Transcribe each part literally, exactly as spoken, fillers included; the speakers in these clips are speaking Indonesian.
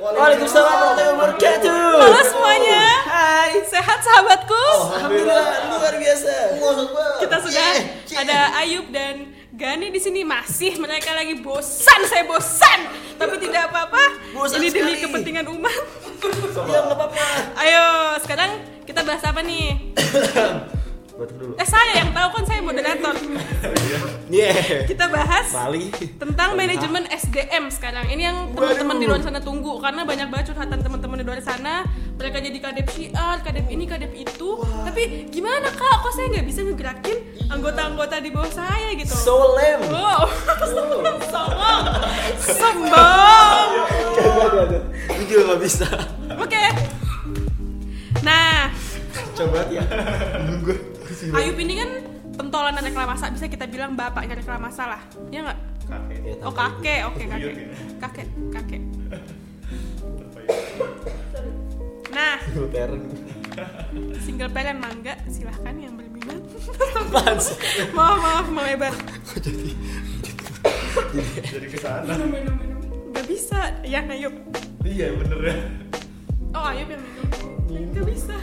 Waalaikumsalam warahmatullahi wabarakatuh. Halo semuanya. Hai. Sehat sahabatku? Oh, alhamdulillah luar biasa. Kita sudah ada Ayub dan Gani di sini, masih mereka lagi bosan, saya bosan. Tapi tidak apa-apa. Bosan Ini demi sekali. kepentingan umat. Ya enggak apa-apa. Ayo, sekarang kita bahas apa nih? Batuk dulu. Eh saya yang tahu kan, saya moderator. Yeah. Kita bahas Bali. tentang manajemen S D M sekarang. Ini yang teman-teman di luar sana tunggu, karena banyak banget curhatan teman-teman di luar sana. Mereka jadi kadep syiar, kadep ini, kadep itu. Wah. Tapi gimana kak? Kok saya nggak bisa ngegerakin anggota-anggota di bawah saya gitu? So lame. Wow, sombong, sombong. Ini juga nggak bisa. Oke. Nah, Coba ya. Nunggu. Ayub ini kan pentolan reklamasa, bisa kita bilang bapaknya reklamasa lah, ya nggak? Kakek. Oh kakek, oke kakek, kakek, kakek. Nah, Parent. single parent mangga, silahkan yang berminat. Apaan sih? Maaf maaf melebar. Jadi Jadi kesana. Minum minum minum. Gak bisa, ya Ayub. Iya bener ya. Oh Ayub yang minum. Gak bisa.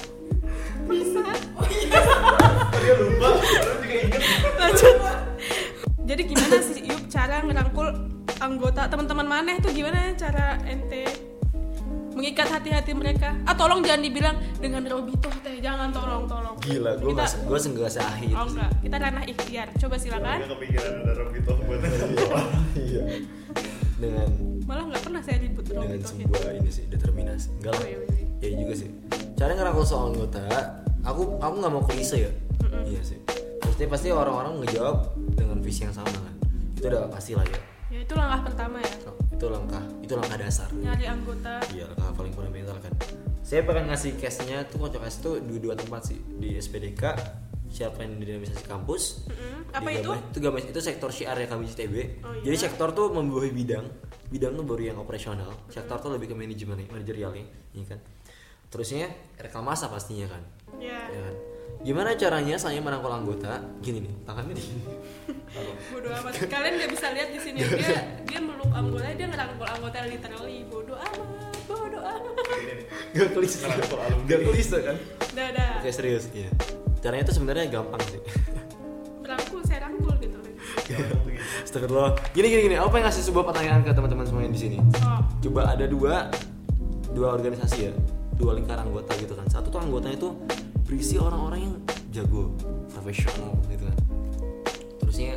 Bisa. Oh iya. Dia lupa. Orang juga inget. Lanjut. Jadi gimana sih Ayub cara ngerangkul anggota teman-teman maneh tuh, gimana cara ente mengikat hati-hati mereka? Ah tolong jangan dibilang dengan Robito teh, jangan, tolong tolong. gila, gue Kita- nggak gue nggak sahih. Oh enggak, kita ranah ikhtiar. Coba silakan. Dia kepikiran ada Robito buat Iya. Dengan Malah nggak pernah saya ribut dengan Robito. sebuah ini sih determinasi. Enggak lah. Oh, iya, iya. Ya juga sih. Cara ngerangkul soal anggota, aku aku nggak mau klise ya. Iya sih. Pasti pasti orang-orang ngejawab dengan visi yang sama kan. Itu udah pasti lah ya. Ya itu langkah pertama ya. Oh, itu langkah itu langkah dasar. Nyari anggota. Iya, langkah paling fundamental kan. Saya pengen ngasih case-nya tuh, kocok case tuh di dua tempat sih, di S P D K siapa yang dinamisasi kampus. Mm-mm. Apa Di itu? Gabay- Itu Gabay- itu sektor syiar ya K B C T B. Oh, iya. Jadi sektor tuh membawahi bidang. Bidang tuh baru yang operasional. Sektor tuh lebih ke manajemen ya, manajerialnya, ini kan. Terusnya reklamasa pastinya kan. Ya. Ya kan. Gimana caranya saya merangkul anggota? Gini nih, tangannya di Bodoh amat. Kalian nggak bisa lihat di sini, dia dia meluk anggota, dia ngerangkul anggota literally. Bodoh amat. Bodoh amat. Gak klise. Ngerangkul alumni. Gak klise kan. Dah dah. Oke, serius, iya. Caranya tuh sebenarnya gampang sih. Merangkul, saya rangkul gitu. Astagfirullah. Gini gini gini, apa yang ngasih sebuah pertanyaan ke teman-teman semuanya di sini? Oh. Coba ada dua dua organisasi ya, dua lingkar anggota gitu kan. Satu tuh anggotanya tuh berisi orang-orang yang jago, profesional gitu kan. Terusnya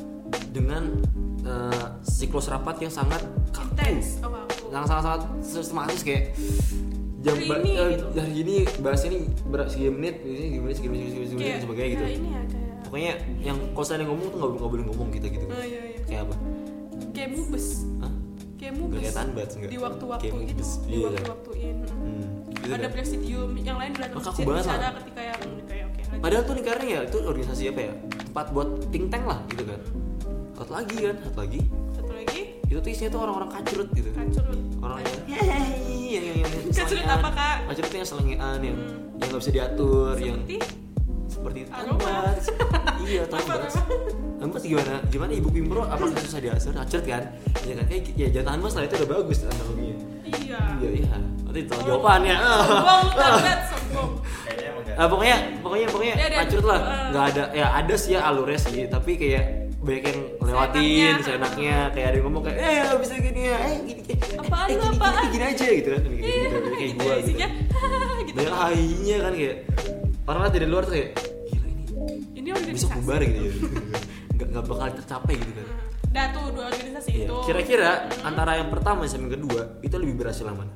dengan uh, siklus rapat yang sangat kaku, Intens. Oh aku. yang sangat-sangat sistematis kayak jam Hari ba- ini eh, gitu. hari ini bahas ini ber- sekian menit, ini sekian menit, sekian menit, sekian menit, sekian menit, Kayak, dan sebagainya gitu. ya ini ya kayak. Pokoknya yang kalau saya ngomong tuh nggak boleh nggak boleh ngomong kita gitu. Oh iya iya. Kayak apa? Kayak mubes. Hah? Kayak Nggak mubes. kayak tanbat enggak? Di waktu-waktu Kayak gitu. mubes. Di Iya kan? waktu-waktuin. Hmm, gitu Ada kan? presidium yang lain bilang Maka aku banget lah. ketika yang kayak oke. lanjut. Padahal tuh nih karena ya itu organisasi apa ya? Tempat buat think tank lah gitu kan. Satu lagi kan, satu lagi Satu lagi itu tuh isinya tuh orang-orang kacurut gitu. kacurut. Orang yang Lanjut. hehehe, yang yang yang Kacurut selengean. apa, Kak? Kacurut tuh yang selengean yang Hmm. yang nggak bisa diatur, yang Seperti seperti Aroma. tambas. Iya, tambas. Apa, Tambas gimana? Gimana Ibu Pimpro apakah susah diatur? Kacurut kan? Iya kan? Kayak ya jangan tambas lah, itu udah bagus analoginya. iya. Iya, iya. Nanti tolong jawabannya. Sombong, tanbat, sombong. Kayaknya emang gak. Ah, pokoknya pokoknya pokoknya Ya, dia- kacurut lah. uh. Nggak ada ya, ada sih ya alurnya sih, tapi kayak banyak yang lewatin Seenaknya. seenaknya, kayak ada yang ngomong kayak eh nggak bisa gini ya, eh gini eh, Apaan eh, lu, gini, apaan? gini, gini aja gitu kan, gini, Iya, gitu, gitu, kayak gitu gua ya, gitu. isinya gitu. Banyak hainya kan kayak orang lihat dari luar tuh kayak gila ini Ini bisa organisasi. bubar gitu ya. Nggak nggak bakal tercapai gitu kan. Dah tuh dua organisasi Iya. itu. Kira-kira Hmm. antara yang pertama sama yang kedua itu lebih berhasil mana?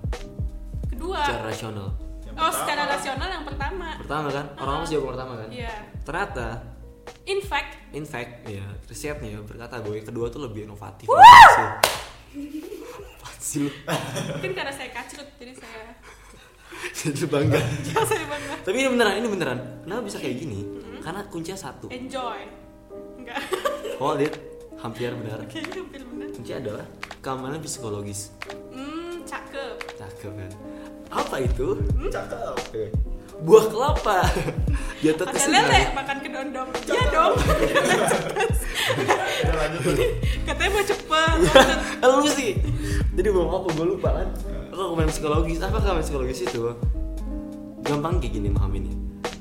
Kedua. Secara rasional. Yang Oh, pertama. secara rasional yang pertama. Pertama kan, orang-orang masih jawab yang pertama kan. Iya. Ternyata In fact, in fact ya risetnya berkata bahwa yang kedua tuh lebih inovatif. Wah! Hasil mungkin karena saya kacrut jadi saya jadi bangga. ya saya bangga. Tapi ini beneran, ini beneran. Kenapa bisa kayak gini? Karena kuncinya satu. Enjoy. Enggak. Oh lihat, hampir benar. Kayaknya hampir benar. Kunci adalah keamanan psikologis. Hmm, cakep. Cakep kan? Apa itu? Cakep. Buah kelapa. Jatuh ke Ada sungai. lele makan kedondong. Iya dong. Udah lanjut tuh. Katanya mau cepet. lanjut. Lu sih. Jadi mau apa? Gue lupa kan. Kalau komen psikologis, apa komen psikologis itu? Gampang kayak gini mahaminnya.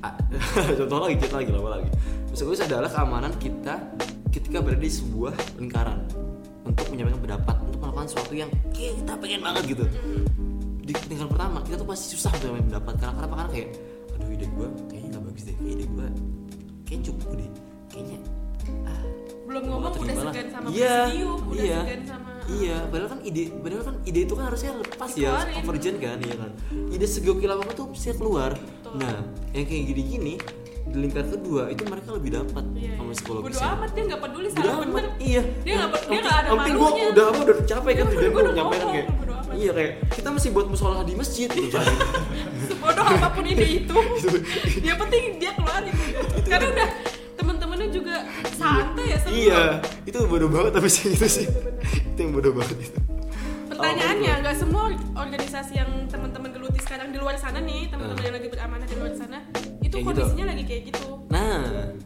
Contoh lagi, kita lagi lama lagi. Psikologis adalah keamanan kita ketika berada di sebuah lingkaran untuk menyampaikan pendapat, untuk melakukan sesuatu yang kita pengen banget gitu. Di lingkaran pertama kita tuh pasti susah untuk menyampaikan pendapat. Karena kenapa? Karena kayak, aduh ide gue kayaknya nggak bagus deh, kayak ide gue kayak cukup deh, kayaknya. Ah, belum ngomong udah segan sama iya, presidium, udah iya, segan sama. Iya, padahal kan ide, padahal kan ide itu kan harusnya lepas ya, convergent kan, iya kan. Ide segokil apa tuh bisa keluar. Betul. Nah, yang kayak gini-gini di lingkar kedua itu mereka lebih dapat iya, sama iya. psikologisnya. Bodo amat, dia nggak peduli salah bener. Iya. Dia nggak dia nggak ada malunya. Gue udah apa udah capek kan dia udah gue udah nyampaikan kayak. Iya kayak kita masih buat musola di masjid gitu kan. Sebodoh apapun ide itu, yang penting dia keluarin. Karena udah temen-temennya juga santai ya semua. Iya, itu bodoh banget tapi sih itu sih. Itu yang bodoh banget itu. Pertanyaannya, nggak oh, semua organisasi yang teman-teman geluti sekarang di luar sana nih, teman-teman uh. yang lagi beramanah di luar sana, itu kayak kondisinya gitu. Lagi kayak gitu. Nah,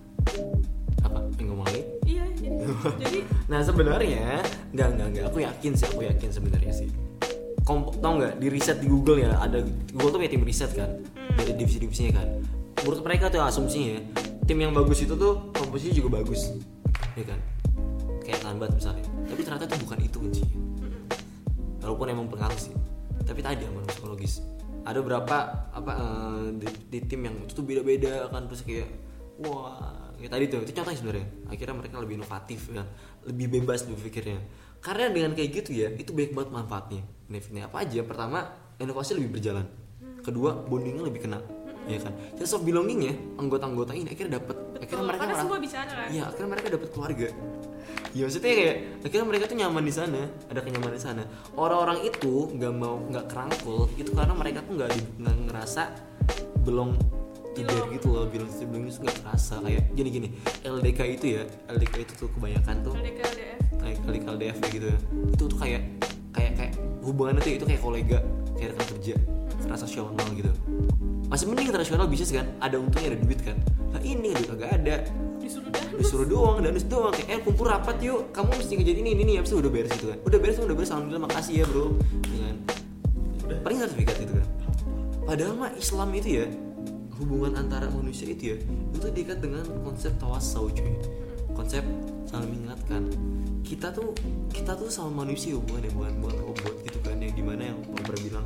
apa? Yang ngomong lagi? Iya, jadi. jadi nah sebenarnya, nggak nggak nggak. Aku yakin sih, aku yakin sebenarnya sih. Kom- tau nggak di riset di Google ya, ada Google tuh punya tim riset kan, hmm. dari divisi-divisinya kan. Menurut mereka tuh asumsinya, tim yang bagus itu tuh komposisinya juga bagus, ya kan? Kayak lambat misalnya. Tapi ternyata itu bukan itu kuncinya. Walaupun emang pengaruh sih, tapi tadi aman psikologis. Ada berapa apa uh, di, di tim yang itu tuh beda-beda kan, terus kayak wah kayak tadi tuh itu contohnya sebenarnya. Akhirnya mereka lebih inovatif kan, lebih bebas berpikirnya. Karena dengan kayak gitu ya, itu banyak banget manfaatnya. Benefitnya apa aja? Pertama, inovasi lebih berjalan. Kedua, bondingnya lebih kena. Ya kan, sense of belongingnya anggota-anggota ini akhirnya dapat, akhirnya mereka karena merasa, semua bicara kan. Iya, akhirnya mereka dapat keluarga. Ya maksudnya kayak akhirnya mereka tuh nyaman di sana, ada kenyamanan di sana. Orang-orang itu nggak mau nggak kerangkul itu karena mereka tuh nggak nggak ngerasa belong tidak gitu loh, bilang sebelumnya tuh nggak kerasa kayak gini-gini. L D K itu ya, L D K itu tuh kebanyakan tuh L D K L D F kayak kali L D F kayak gitu ya. Itu tuh kayak kayak kayak hubungannya tuh itu kayak kolega, kayak rekan kerja, transaksional gitu. Masih mending transaksional bisnis kan, ada untungnya, ada duit kan. Nah ini duit kagak ada, disuruh danus disuruh doang, danus doang kayak eh kumpul rapat yuk, kamu mesti ngejain ini ini nih, habis itu udah beres gitu kan. Udah beres, udah beres, alhamdulillah makasih ya bro, ya kan. Paling sertifikat gitu kan. Padahal mah Islam itu ya, hubungan antara manusia itu ya, itu diikat dengan konsep tawasau cuy. Konsep saling mengingatkan. Kita tuh kita tuh sama manusia hubungan ya, bukan bukan robot gitu kan, yang dimana yang pernah bilang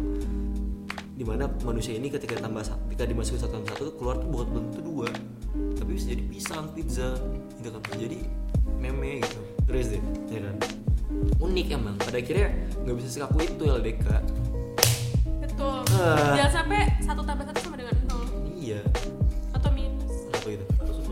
dimana manusia ini ketika tambah ketika dimasukin satu sama satu keluar tuh bukan bentuk dua, tapi bisa jadi pisang, pizza, gitu kan, bisa jadi meme gitu, terus deh, ya kan, unik emang. Pada akhirnya nggak bisa sekaku itu L D K. Betul. Uh. Jangan sampai satu tambah satu sama dengan nol. Iya. Atau minus. Apa gitu?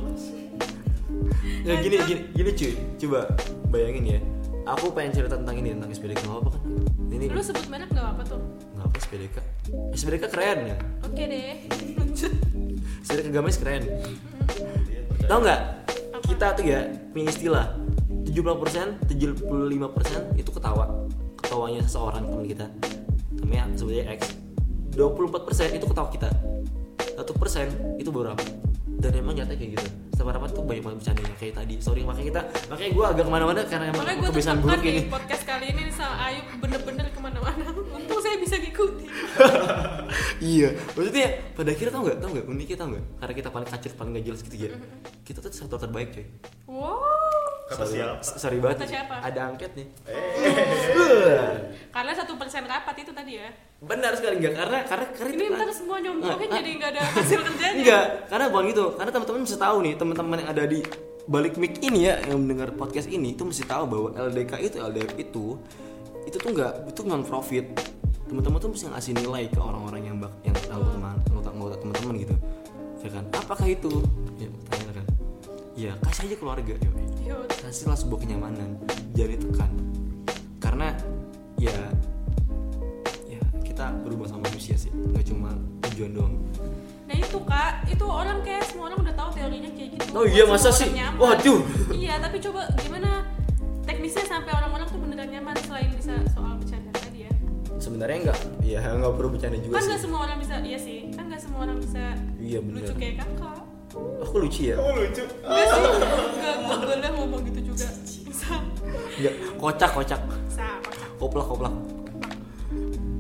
Ya gini gini gini cuy, coba bayangin ya. Aku pengen cerita tentang ini, tentang S P D K, nggak apa kan? Ini. Lu sebut merek nggak apa tuh? Nggak apa S P D K. S P D K keren ya. Oke deh. Lanjut. S P D K Games keren. Tahu nggak? Kita tuh ya punya istilah tujuh puluh persen, tujuh puluh lima persen itu ketawa. Ketawanya seseorang teman kita. Namanya sebutnya X. dua puluh empat persen itu ketawa kita. satu persen itu baru apa? Dan emang nyata kayak gitu. Setiap rapat tuh banyak banget bercandanya kayak tadi. Sorry makanya kita, makanya gue agak kemana-mana karena emang kebiasaan buruk ini. Podcast kali ini sama Ayub bener-bener kemana-mana. Untung saya bisa ngikutin. Iya, maksudnya pada akhirnya tau nggak, tau nggak uniknya tau nggak? Karena kita paling kacir, paling gak jelas gitu ya. Kita tuh satu terbaik coy. Wow. Kata siapa? Sorry banget. Kata siapa? Ada angket nih. Eh. Karena satu persen rapat itu tadi ya. Benar sekali nggak? Karena karena karena ini ntar semua nyomongin jadi nggak ada hasil kerjanya. Enggak, karena bukan gitu. Karena teman-teman mesti tahu nih, teman-teman yang ada di balik mic ini ya, yang mendengar podcast ini itu mesti tahu bahwa L D K itu, L D F itu, itu tuh nggak, itu non profit. Teman-teman tuh mesti ngasih nilai ke orang-orang yang bak, yang tahu teman, anggota-anggota teman-teman gitu, ya kan? Apakah itu? Ya, tanya kan. Ya kasih aja keluarga, ya. Kasihlah sebuah kenyamanan, jangan ditekan. Karena ya, ya kita berubah sama manusia sih, nggak cuma tujuan doang. Nah itu kak, itu orang kayak semua orang udah tahu teorinya kayak gitu. Oh iya masa sih? Waduh. Iya tapi coba gimana teknisnya sampai orang-orang tuh beneran nyaman selain bisa soal bercanda tadi ya? Sebenarnya nggak, ya nggak perlu bercanda juga kan sih. Kan nggak semua orang bisa, iya sih. Kan nggak semua orang bisa iya, lucu kayak kakak. Aku lucu ya? Kamu lucu? Enggak sih, enggak, enggak boleh ngomong gitu juga. Bisa. Enggak, kocak kocak. Bisa, kocak. Koplak koplak.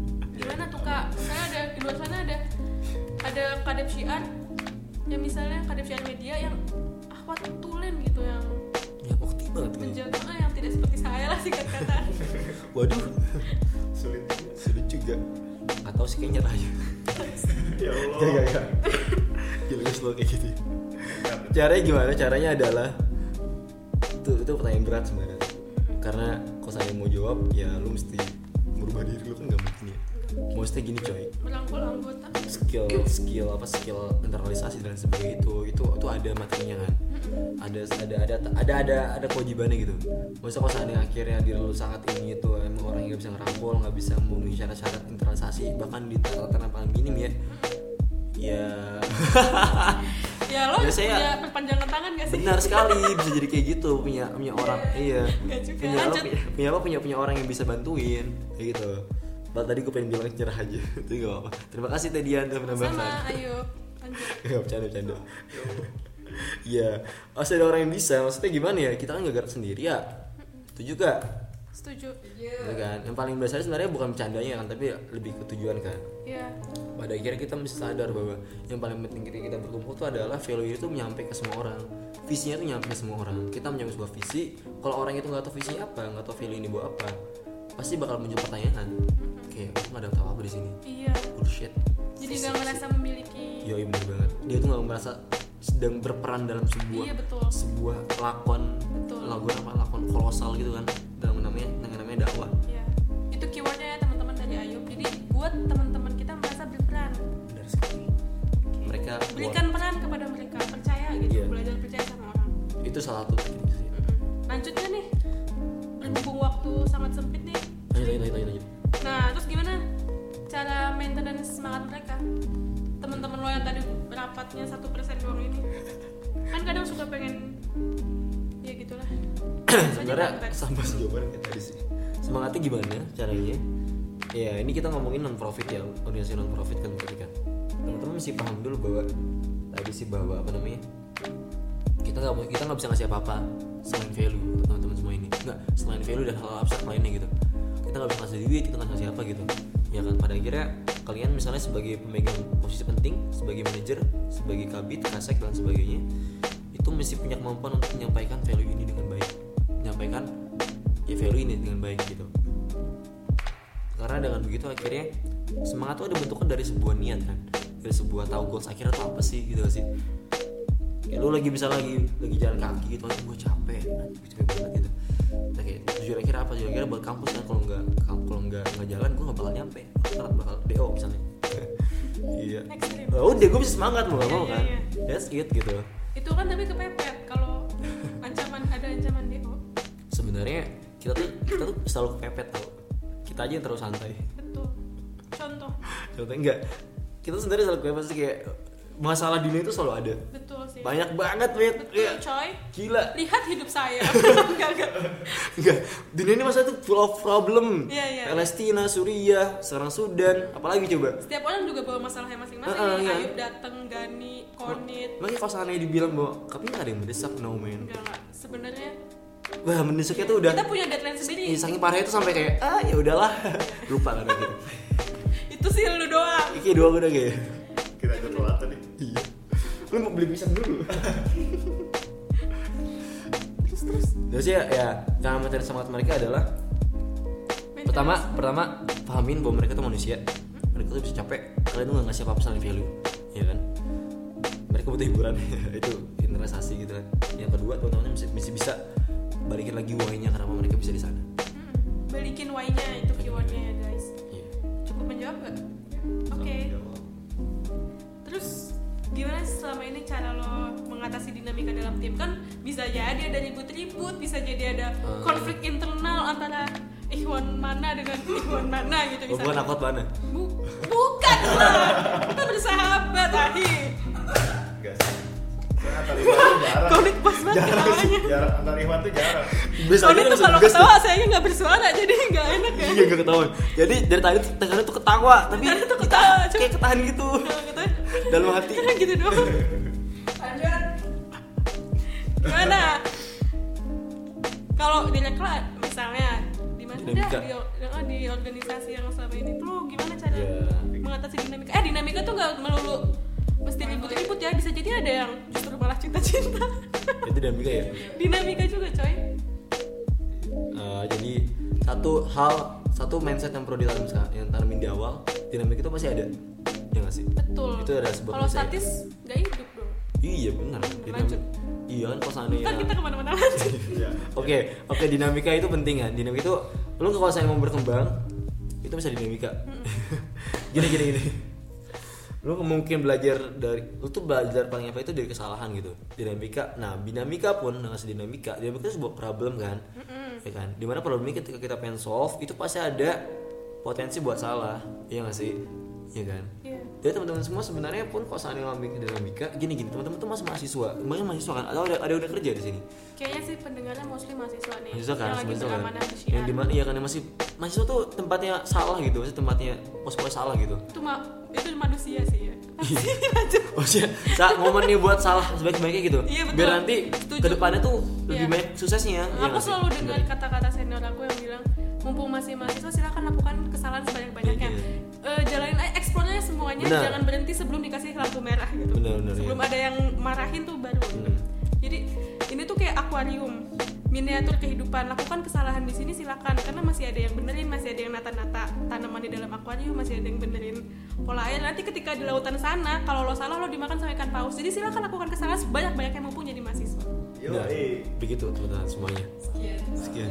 gimana tuh kak? Saya ada di luar sana ada ada kadep syiar yang misalnya kadep syiar media yang akhwat tulen gitu yang Ya bukti banget kan. menjaga ah, yang tidak seperti saya lah singkat kata. Waduh, Sulit. sulit juga. Nggak tahu sih kayaknya aja. Ya Allah. Gak gak gak. Gila gue slow kayak gitu. Caranya gimana? Caranya adalah itu itu pertanyaan berat sebenarnya. Karena kalau saya mau jawab ya lu mesti merubah diri lu kan nggak mungkin ya. Maksudnya gini coy, Merangkul anggota. skill skill apa skill internalisasi dan sebagainya itu itu itu ada materinya kan. Ada ada ada ada ada ada kewajibannya gitu. Maksudnya kalau seandainya akhirnya diri lu sangat ini itu emang orang yang nggak bisa ngerangkul, nggak bisa memenuhi syarat-syarat internalisasi bahkan di tataran paling minim ya. Ya Ya lo Ya, saya- punya perpanjangan tangan gak sih? benar sekali bisa jadi kayak gitu punya punya orang iya Nggak juga, punya apa, lanjut. punya, punya apa punya punya orang yang bisa bantuin kayak gitu. Bah, tadi gue pengen bilang cerah aja itu gak apa-apa. Terima kasih Teh Dian udah menambahkan. Sama, ayo lanjut. Gak bercanda bercanda. Iya, masih ada orang yang bisa. Maksudnya gimana ya? Kita kan gak gerak sendiri ya. Itu juga, Setuju. ya kan? Yang paling dasar sebenarnya bukan bercandanya kan, tapi lebih ke tujuan kan. Iya. Pada akhirnya kita mesti sadar bahwa yang paling penting ketika kita berkumpul itu adalah value itu nyampe ke semua orang. Visinya itu nyampe ke semua orang. Kita punya sebuah visi. Kalau orang itu nggak tahu visi apa, nggak tahu value ini buat apa, pasti bakal muncul pertanyaan. Kayak aku nggak ada tahu apa di sini. Iya. Bullshit. Jadi gak ngerasa memiliki. Yoi bener banget. Dia tuh nggak merasa sedang berperan dalam sebuah Iya betul. sebuah lakon, Betul. lakon apa lakon kolosal gitu kan. Dalam namanya, yang namanya dakwah. Iya. Itu keywordnya ya teman-teman dari Ayub. Jadi buat teman-teman kita merasa berperan. Benar sekali. Mereka Berikan peran kepada mereka. Percaya gitu. Iya. Belajar percaya sama orang. itu salah satu teknik sih. Mm-mm. Lanjutnya nih. Berhubung waktu sangat sempit nih. Lanjut, lanjut, lanjut, lanjut. Nah, terus gimana cara maintenance semangat mereka? Teman-teman lo yang tadi rapatnya satu persen doang ini, kan kadang suka pengen, ya gitulah. Sebenarnya sama sih jawaban kayak tadi sih. Semangatnya gimana caranya? Ya ini kita ngomongin non profit ya, organisasi non profit kan berarti kan. Teman-teman mesti paham dulu bahwa tadi sih bahwa apa namanya? Kita nggak kita nggak bisa ngasih apa-apa selain value ke teman-teman semua ini. Nggak selain value dan hal abstrak lainnya gitu. Kita nggak bisa ngasih duit, kita nggak ngasih apa gitu. Ya kan pada akhirnya kalian misalnya sebagai pemegang posisi penting, sebagai manajer, sebagai kabit, kasek dan sebagainya, itu mesti punya kemampuan untuk menyampaikan value ini dengan baik, menyampaikan ya value ini dengan baik gitu. Karena dengan begitu akhirnya semangat itu ada bentuknya dari sebuah niat kan, dari sebuah tahu goals akhirnya tuh apa sih gitu gak sih. Ya lu lagi bisa lagi lagi jalan kaki gitu, gue capek, gue capek banget gitu. Nah, kayak tujuan akhirnya apa? Tujuan akhirnya buat kampus kan, kalau nggak kalau nggak nggak jalan gue nggak bakal nyampe, bakal bakal D O misalnya. Iya. Ekstrim. Oh, udah gue bisa semangat mau nggak Iya, mau iya, kan? iya. That's it gitu. Itu kan tapi kepepet kalau ancaman ada ancaman D O. Sebenarnya kita tuh kita tuh selalu kepepet tau. Kita aja yang terlalu santai. Betul. Contoh. Contohnya enggak. Kita sebenarnya selalu kepepet sih kayak masalah dunia itu selalu ada. Betul sih. Banyak banget, Wit. Betul, Ya, coy. gila. Lihat hidup saya. Enggak, enggak. Enggak. Dunia ini masalah tuh full of problem. Iya, iya. Palestina, Suriah, sekarang Sudan, apalagi coba. Setiap orang juga bawa masalahnya masing-masing. Heeh, iya. Ayub datang, Gani, Konit. Makanya kalau seandainya dibilang bahwa tapi nggak ada yang mendesak, no man. Enggak, enggak. Sebenarnya Wah, mendesaknya tuh udah. kita punya deadline sendiri. Ih, saking parahnya tuh sampai kayak ah ya udahlah. Lupa kan gitu. Itu sih lu doang. Iki dua udah kayak. Kita jadwal apa nih? Iya. Lu mau beli pisang dulu. Terus terus. Terus ya, ya cara materi semangat mereka adalah pertama, pertama pahamin bahwa mereka tuh manusia. Mereka tuh bisa capek. Kalian tuh nggak ngasih apa-apa selain value, ya kan? Mereka butuh hiburan, itu investasi gitu kan. Yang kedua, teman-teman mesti, mesti bisa balikin lagi why-nya kenapa mereka bisa di sana. Hmm, balikin why-nya itu keywordnya ya guys. Iya. Cukup menjawab gak? Oke. Terus gimana selama ini cara lo mengatasi dinamika dalam tim? Kan bisa jadi ada ribut-ribut, bisa jadi ada Hmm. konflik internal antara Ikhwan mana dengan Ikhwan mana gitu Oh, bukan misalnya. akot mana? Bu- bukan lah, kita bersahabat ahi. Enggak sih. Soalnya antar Ikhwan tuh jarang. Konflik pas banget Jarang sih. ketawanya. Jarang antar Ikhwan tuh jarang. Bisa Konflik tuh kalau ketawa sayangnya nggak bersuara jadi nggak enak ya. Iya gak ketahuan. Jadi dari tadi tuh tangannya tuh ketawa, tapi Tadi tuh ketawa, kita kayak ketahan gitu Nah, gitu. dalam hati. gitu doang. Lanjut. Gimana? Kalau di rekla misalnya di mana dinamika. di, di organisasi yang selama ini tuh lo gimana cara Ya. mengatasi dinamika? Eh dinamika tuh nggak melulu mesti ribut-ribut ya, bisa jadi ada yang justru malah cinta-cinta. Itu dinamika ya. Dinamika juga coy. Uh, jadi satu hal, satu mindset yang perlu ditanam yang tanamin di awal, dinamika itu pasti ada, ya nggak sih? Betul. Itu ada sebuah Kalau keniscayaan. statis nggak hidup dong. Iya benar. Lanjut. Iya kan kalau seandainya. Kan kita kemana-mana lanjut. Iya. Oke, oke dinamika itu penting kan. Dinamika itu lu kalau saya mau berkembang itu bisa dinamika. gini gini gini. Lu mungkin belajar dari lu tuh belajar paling apa itu dari kesalahan gitu. Dinamika. Nah, dinamika pun dengan dinamika, dinamika itu sebuah problem kan. Ya kan? Dimana problem ini ketika kita pengen solve itu pasti ada potensi buat salah. Iya enggak sih? Iya kan? Iya. Jadi teman-teman semua sebenarnya pun kalau seandainya ngalamin dinamika gini-gini, teman-teman tuh masih mahasiswa, banyak mahasiswa kan, atau ada ada yang udah kerja di sini. Kayaknya sih pendengarnya mostly mahasiswa nih. Mahasiswa kan, yang lagi mahasiswa kan. beramanah di Yang Syiar. dimana iya kan yang masih mahasiswa tuh tempatnya salah gitu, maksudnya tempatnya pos-pos salah gitu. Itu ma itu manusia sih ya. Iya. Lanjut. Maksudnya saat momen nih buat salah sebaik-baiknya gitu. Iya, betul. Biar nanti Setuju. kedepannya tuh lebih Iya. banyak suksesnya. Iya Aku nggak sih? selalu dengar kata-kata senior aku yang bilang, mumpung masih mahasiswa silakan lakukan kesalahan sebanyak-banyaknya. Iya. Eh, jalanin aja, explore aja semuanya, Benar. jangan berhenti sebelum dikasih lampu merah gitu. Benar, benar, sebelum iya. ada yang marahin tuh baru. Hmm. Jadi ini tuh kayak akuarium, miniatur kehidupan. Lakukan kesalahan di sini silakan, karena masih ada yang benerin, masih ada yang nata-nata tanaman di dalam akuarium, masih ada yang benerin pola air. Nanti ketika di lautan sana, kalau lo salah lo dimakan sama ikan paus. Jadi silakan lakukan kesalahan sebanyak-banyaknya mumpung jadi mahasiswa. Nah, Yoi. begitu teman-teman semuanya. Sekian.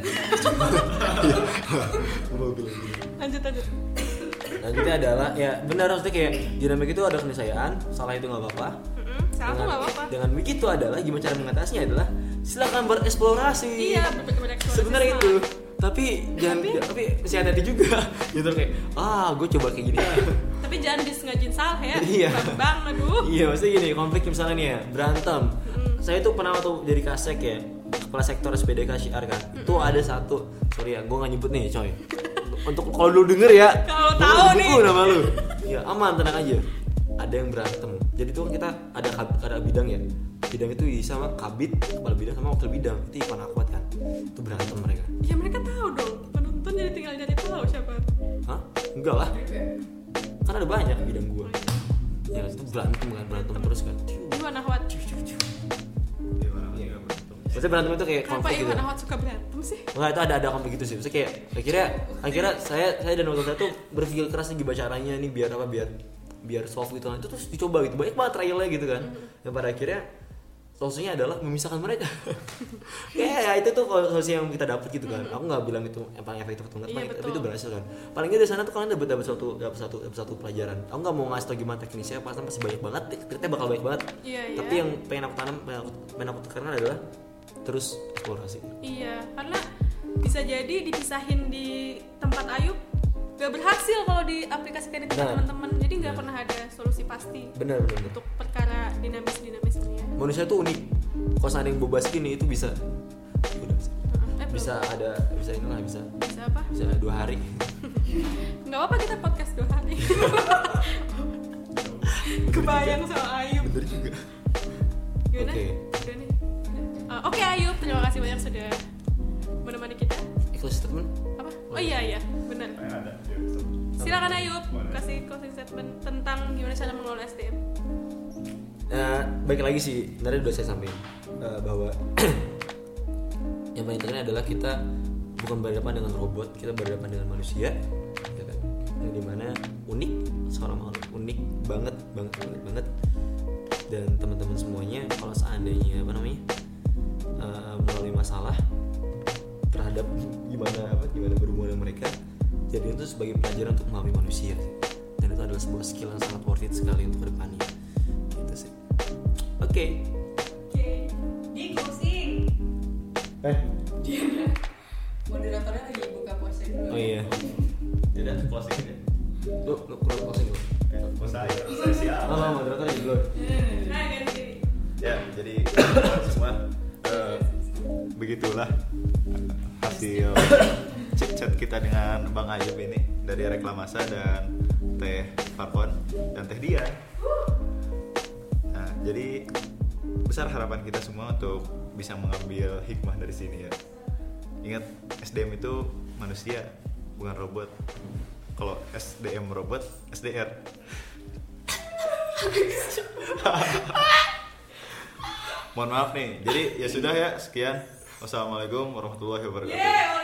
Lanjut lanjut. Lanjutnya adalah ya benar maksudnya kayak dinamika itu ada keniscayaan, salah itu nggak apa-apa. Mm-mm, salah tuh nggak apa-apa. Dengan begitu adalah gimana cara mengatasinya adalah silakan bereksplorasi. Iya, ber- bereksplorasi Sebenarnya sama. itu. Tapi jangan tapi masih hati-hati juga. Gitu kayak ah gue coba kayak gini. Tapi jangan disengajin salah ya. Iya. Bang, aduh. Iya maksudnya gini konflik misalnya nih ya berantem. Saya tuh pernah waktu jadi kasek ya kepala sektor S P D K Syiar kan. Itu ada satu sorry ya gue nggak nyebut nih coy. Untuk kalau lu denger ya. Kalau gua tahu nggak nyebut nih. lu nama lu. Ya aman tenang aja. Ada yang berantem. Jadi tuh kita ada ada bidang ya. Bidang itu diisi sama kabid, kepala bidang sama wakil bidang. Itu Ivan Akwat kan. Itu berantem mereka. Ya mereka tahu dong. Penonton jadi tinggal jadi tahu siapa. Hah? Enggak lah. Kan ada banyak bidang gua. Ya itu berantem kan, berantem terus kan. Iwan Ahwat. Iya, orang juga berantem. Maksudnya berantem itu kayak Kenapa konflik gitu. Iwan Ahwat suka berantem sih? Enggak itu ada ada konflik gitu sih. Maksudnya kayak akhirnya akhirnya saya saya dan wakil saya tuh berpikir keras nih gimana caranya nih biar apa biar biar solve gitu kan. Itu terus dicoba gitu. Banyak banget trialnya gitu kan. Dan pada akhirnya solusinya adalah memisahkan mereka. ya, ya itu tuh solusi yang kita dapat gitu kan. Aku nggak bilang itu yang paling efektif atau enggak, Iya, tapi betul. itu berhasil kan. Paling nggak di sana tuh kalian dapat dapat satu dapat satu dapat satu pelajaran. Aku nggak mau ngasih tau gimana teknisnya, pasti pasti banyak banget. Ceritanya bakal banyak banget. Iya, iya. Tapi yang pengen aku tanam, pengen aku, pengen aku tekankan adalah terus eksplorasi. Iya, karena bisa jadi dipisahin di tempat Ayub gak berhasil kalau diaplikasikan di tempat Nah. teman-teman. Jadi nggak Nah. pernah ada solusi pasti Benar benar. benar. untuk perkara dinamis-dinamis ini ya. Manusia tuh unik. Kalau seandainya yang bebas gini itu bisa udah bisa. Eh, belum. Bisa ada bisa inilah bisa Bisa apa? bisa dua hari. Nggak apa-apa kita podcast dua hari. Kebayang sama Ayub. Bener juga. Gimana? Oke. Udah nih. Uh, Oke Ayub, terima kasih banyak sudah menemani kita. Close statement. Apa? Oh iya iya, benar. Kayak ada di episode. Silakan Ayub, Boleh. kasih closing statement tentang gimana cara mengelola S D M. Nah, baik lagi sih, sebenarnya udah saya sampaikan uh, bahwa yang paling penting adalah kita bukan berhadapan dengan robot, kita berhadapan dengan manusia, ya kan? Yang dimana unik, seorang makhluk unik banget, banget, banget, banget. Dan teman-teman semuanya, kalau seandainya apa namanya uh, melalui masalah terhadap gimana apa, gimana berhubungan dengan mereka, jadi itu sebagai pelajaran untuk memahami manusia. Dan itu adalah sebuah skill yang sangat worth it sekali untuk kedepannya. Gitu sih. Oke. Okay. Oke, di closing. Eh. Moderatornya lagi buka puasa dulu. Oh iya. Jadi closing aja. Lu lu kurang closing lu. Oh saya, saya siap. Oh, oh, moderator lagi dulu. Nah, ganti. Ya, jadi teman-teman semua eh, begitulah hasil chit-chat kita dengan Bang Ayub ini dari Reklamasa dan Teh Farkon dan Teh Dian. Nah, jadi besar harapan kita semua untuk bisa mengambil hikmah dari sini ya. Ingat S D M itu manusia, bukan robot. Kalau S D M robot, S D R. Mohon maaf nih. Jadi ya sudah ya, sekian. Wassalamualaikum warahmatullahi wabarakatuh. Yeah,